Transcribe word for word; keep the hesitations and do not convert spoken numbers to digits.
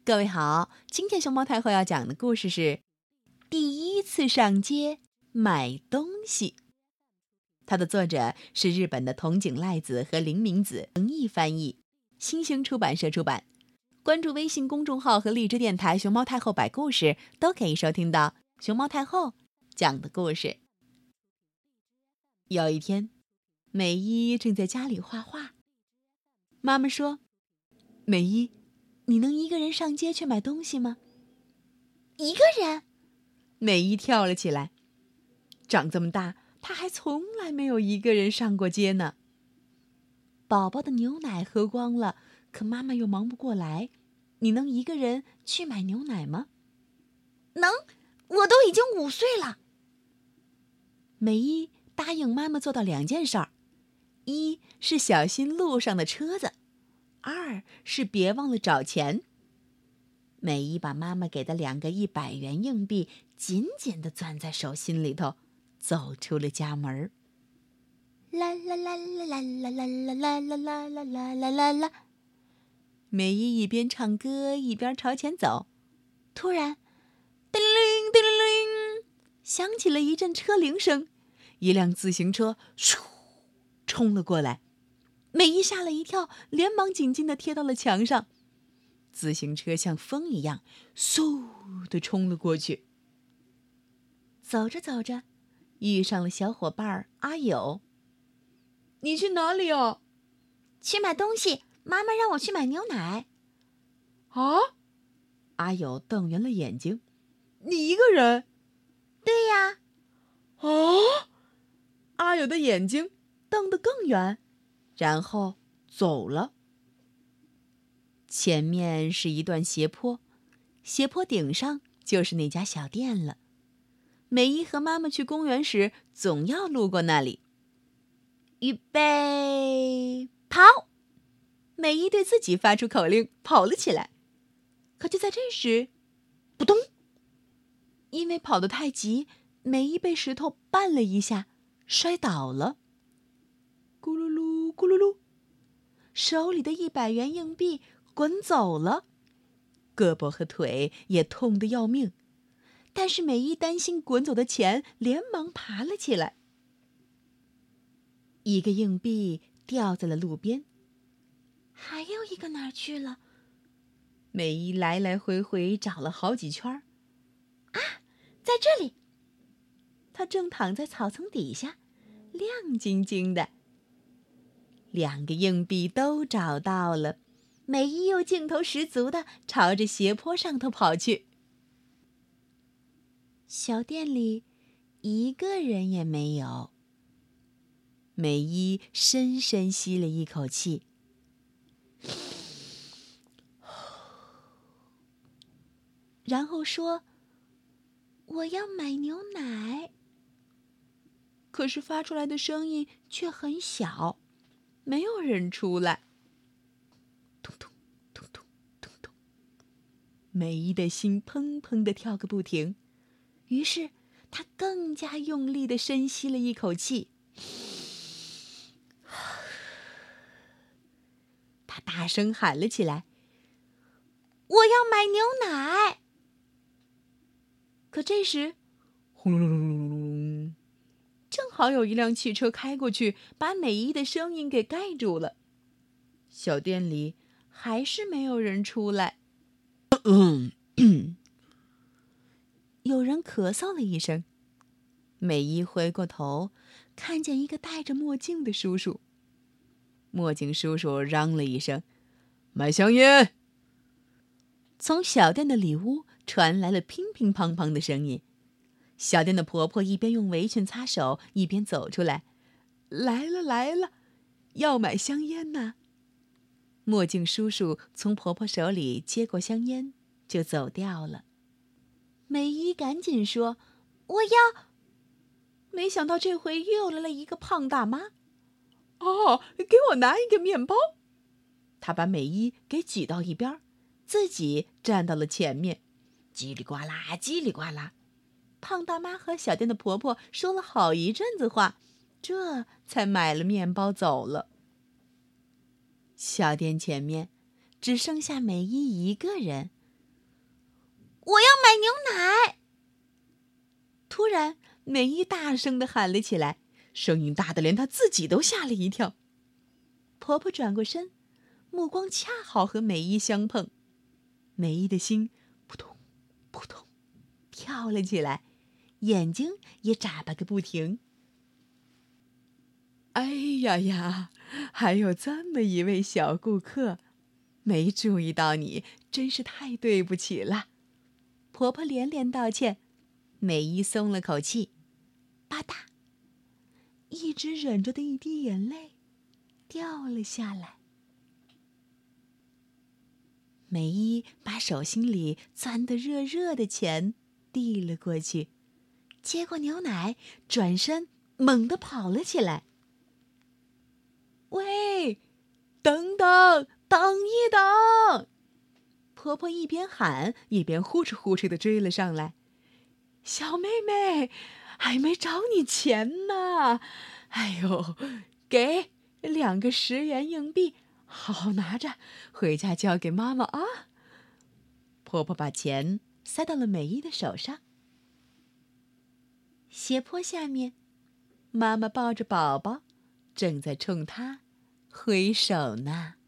各位好，今天熊猫太后要讲的故事是第一次上街买东西。它的作者是日本的筒井赖子和林明子，诚意翻译，新兴出版社出版。关注微信公众号和荔枝电台熊猫太后摆故事，都可以收听到熊猫太后讲的故事。有一天，美伊正在家里画画，妈妈说：美伊，你能一个人上街去买东西吗？ 一个人？ 美伊跳了起来。长这么大，她还从来没有一个人上过街呢。宝宝的牛奶喝光了，可妈妈又忙不过来。你能一个人去买牛奶吗？ 能，我都已经五岁了。 美伊答应妈妈做到两件事儿：一是小心路上的车子，二是别忘了找钱。美伊把妈妈给的两个一百元硬币紧紧地攥在手心里头，走出了家门。 啦啦啦啦啦啦啦啦啦啦啦啦啦啦啦！ 美伊一边唱歌一边朝前走，突然，叮铃叮铃铃，响起了一阵车铃声，一辆自行车嗖冲了过来。美伊吓了一跳，连忙紧紧地贴到了墙上。自行车像风一样嗖地冲了过去。走着走着，遇上了小伙伴阿友。你去哪里啊？ 去买东西，妈妈让我去买牛奶。 啊？阿友瞪圆了眼睛。你一个人？ 对呀。 啊？阿友的眼睛瞪得更圆，然后走了。前面是一段斜坡，斜坡顶上就是那家小店了。美伊和妈妈去公园时，总要路过那里。预备，跑！美伊对自己发出口令，跑了起来。可就在这时，扑通！因为跑得太急，美伊被石头绊了一下，摔倒了。咕噜噜，咕噜噜，手里的一百元硬币滚走了，胳膊和腿也痛得要命。但是美伊担心滚走的钱，连忙爬了起来。一个硬币掉在了路边。 还有一个哪儿去了？ 美伊来来回回找了好几圈。 啊，在这里！ 她正躺在草丛底下，亮晶晶的。两个硬币都找到了，美伊又劲头十足地朝着斜坡上头跑去。小店里一个人也没有。美伊深深吸了一口气，然后说：我要买牛奶。可是发出来的声音却很小，没有人出来。咚咚咚咚咚咚，美伊的心砰砰地跳个不停，于是她更加用力地深吸了一口气。他大声喊了起来：我要买牛奶！可这时，轰隆隆隆隆隆隆，正好有一辆汽车开过去，把美伊的声音给盖住了。小店里还是没有人出来。有人咳嗽了一声，美伊回过头，看见一个戴着墨镜的叔叔。墨镜叔叔嚷了一声：买香烟！从小店的里屋传来了乒乒乓乓的声音。小店的婆婆一边用围裙擦手，一边走出来：来了来了，要买香烟呢。墨镜叔叔从婆婆手里接过香烟，就走掉了。美伊赶紧说：我要！没想到这回又来了一个胖大妈。哦，给我拿一个面包。他把美伊给挤到一边，自己站到了前面。叽里呱啦，叽里呱啦，胖大妈和小店的婆婆说了好一阵子话，这才买了面包走了。小店前面只剩下美伊一个人， 我要买牛奶！ 突然，美伊大声地喊了起来，声音大得连她自己都吓了一跳。婆婆转过身，目光恰好和美伊相碰，美伊的心扑通扑通跳了起来，眼睛也眨巴个不停。哎呀呀，还有这么一位小顾客，没注意到你，真是太对不起了。婆婆连连道歉，美伊松了口气。吧嗒，一直忍着的一滴眼泪掉了下来。美伊把手心里攥得热热的钱递了过去，接过牛奶，转身猛地跑了起来。喂，等等，等一等！婆婆一边喊，一边呼哧呼哧地追了上来。小妹妹，还没找你钱呢！哎呦，给两个十元硬币，好好拿着，回家交给妈妈啊！婆婆把钱塞到了美伊的手上。斜坡下面，妈妈抱着宝宝，正在冲她挥手呢。